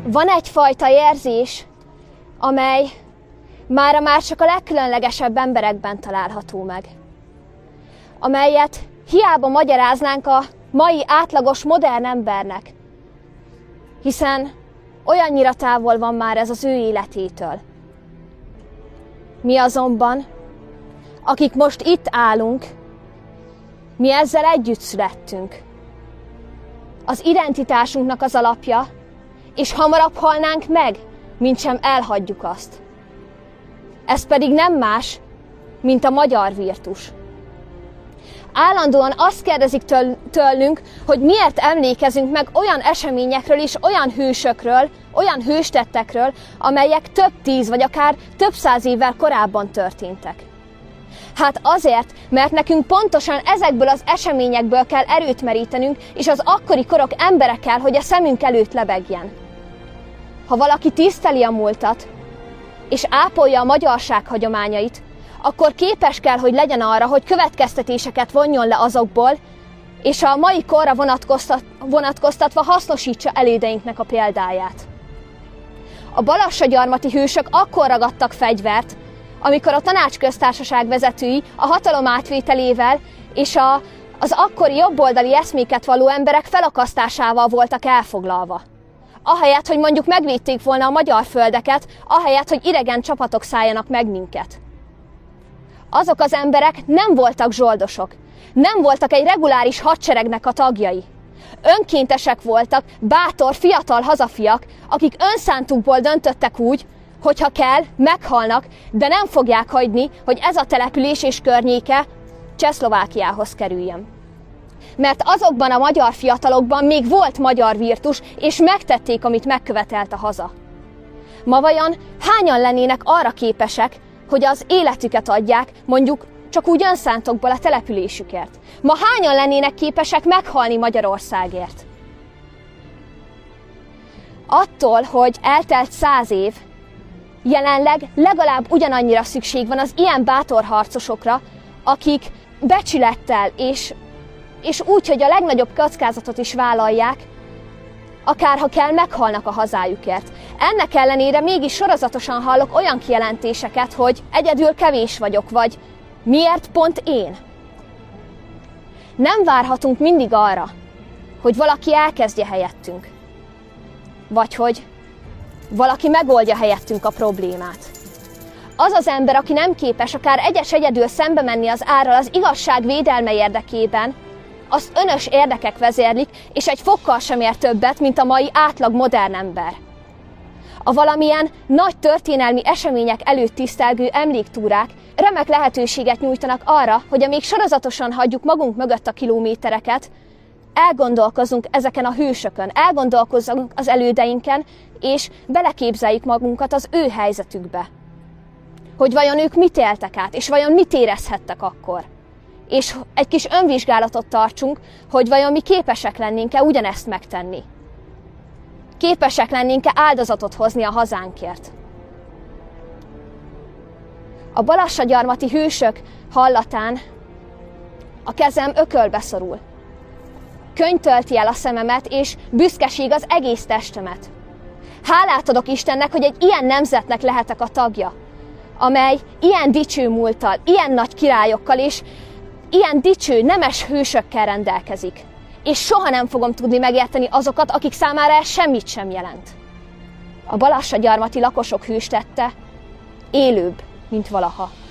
van egyfajta érzés, amely mára már csak a legkülönlegesebb emberekben található meg. Amelyet hiába magyaráznánk a mai átlagos modern embernek, hiszen olyannyira távol van már ez az ő életétől. Mi azonban, akik most itt állunk, mi ezzel együtt születtünk. Az identitásunknak az alapja, és hamarabb halnánk meg, mint sem elhagyjuk azt. Ez pedig nem más, mint a magyar virtus. Állandóan azt kérdezik tőlünk, hogy miért emlékezünk meg olyan eseményekről és olyan hősökről, olyan hőstettekről, amelyek több 10 vagy akár több 100 évvel korábban történtek. Hát azért, mert nekünk pontosan ezekből az eseményekből kell erőt merítenünk, és az akkori korok embere kell, hogy a szemünk előtt lebegjen. Ha valaki tiszteli a múltat, és ápolja a magyarság hagyományait, akkor képes kell, hogy legyen arra, hogy következtetéseket vonjon le azokból, és a mai korra vonatkoztatva hasznosítsa elődeinknek a példáját. A balassagyarmati hősök akkor ragadtak fegyvert, amikor a Tanácsköztársaság vezetői a hatalom átvételével és az akkori jobboldali eszméket valló emberek felakasztásával voltak elfoglalva. Ahelyett, hogy mondjuk megvédték volna a magyar földeket, ahelyett, hogy idegen csapatok szálljanak meg minket. Azok az emberek nem voltak zsoldosok, nem voltak egy reguláris hadseregnek a tagjai. Önkéntesek voltak, bátor, fiatal hazafiak, akik önszántukból döntöttek úgy, hogy ha kell, meghalnak, de nem fogják hagyni, hogy ez a település és környéke Csehszlovákiához kerüljen. Mert azokban a magyar fiatalokban még volt magyar virtus, és megtették, amit megkövetelt a haza. Ma vajon hányan lennének arra képesek, hogy az életüket adják, mondjuk csak úgy önszántokból a településükért? Ma hányan lennének képesek meghalni Magyarországért? Attól, hogy eltelt 100 év, jelenleg legalább ugyanannyira szükség van az ilyen bátor harcosokra, akik becsülettel és úgy, hogy a legnagyobb kockázatot is vállalják, akárha kell, meghalnak a hazájukért. Ennek ellenére mégis sorozatosan hallok olyan kijelentéseket, hogy egyedül kevés vagyok, vagy miért pont én? Nem várhatunk mindig arra, hogy valaki elkezdje helyettünk, vagy hogy valaki megoldja helyettünk a problémát. Az az ember, aki nem képes akár egyedül szembe menni az árral az igazság védelme érdekében, azt önös érdekek vezérlik, és egy fokkal sem ér többet, mint a mai átlag modern ember. A valamilyen nagy történelmi események előtt tisztelgő emléktúrák remek lehetőséget nyújtanak arra, hogy amíg sorozatosan hagyjuk magunk mögött a kilométereket, elgondolkozzunk ezeken a hősökön, elgondolkozzunk az elődeinken, és beleképzeljük magunkat az ő helyzetükbe. Hogy vajon ők mit éltek át, és vajon mit érezhettek akkor. És egy kis önvizsgálatot tartsunk, hogy vajon mi képesek lennénk-e ugyanezt megtenni. Képesek lennénk-e áldozatot hozni a hazánkért. A balassagyarmati hősök hallatán a kezem ökölbe szorul. Könny tölti el a szememet, és büszkeség az egész testemet. Hálát adok Istennek, hogy egy ilyen nemzetnek lehetek a tagja, amely ilyen dicső múlttal, ilyen nagy királyokkal és ilyen dicső, nemes hősökkel rendelkezik. És soha nem fogom tudni megérteni azokat, akik számára ez semmit sem jelent. A balassagyarmati lakosok hőstette élőbb, mint valaha.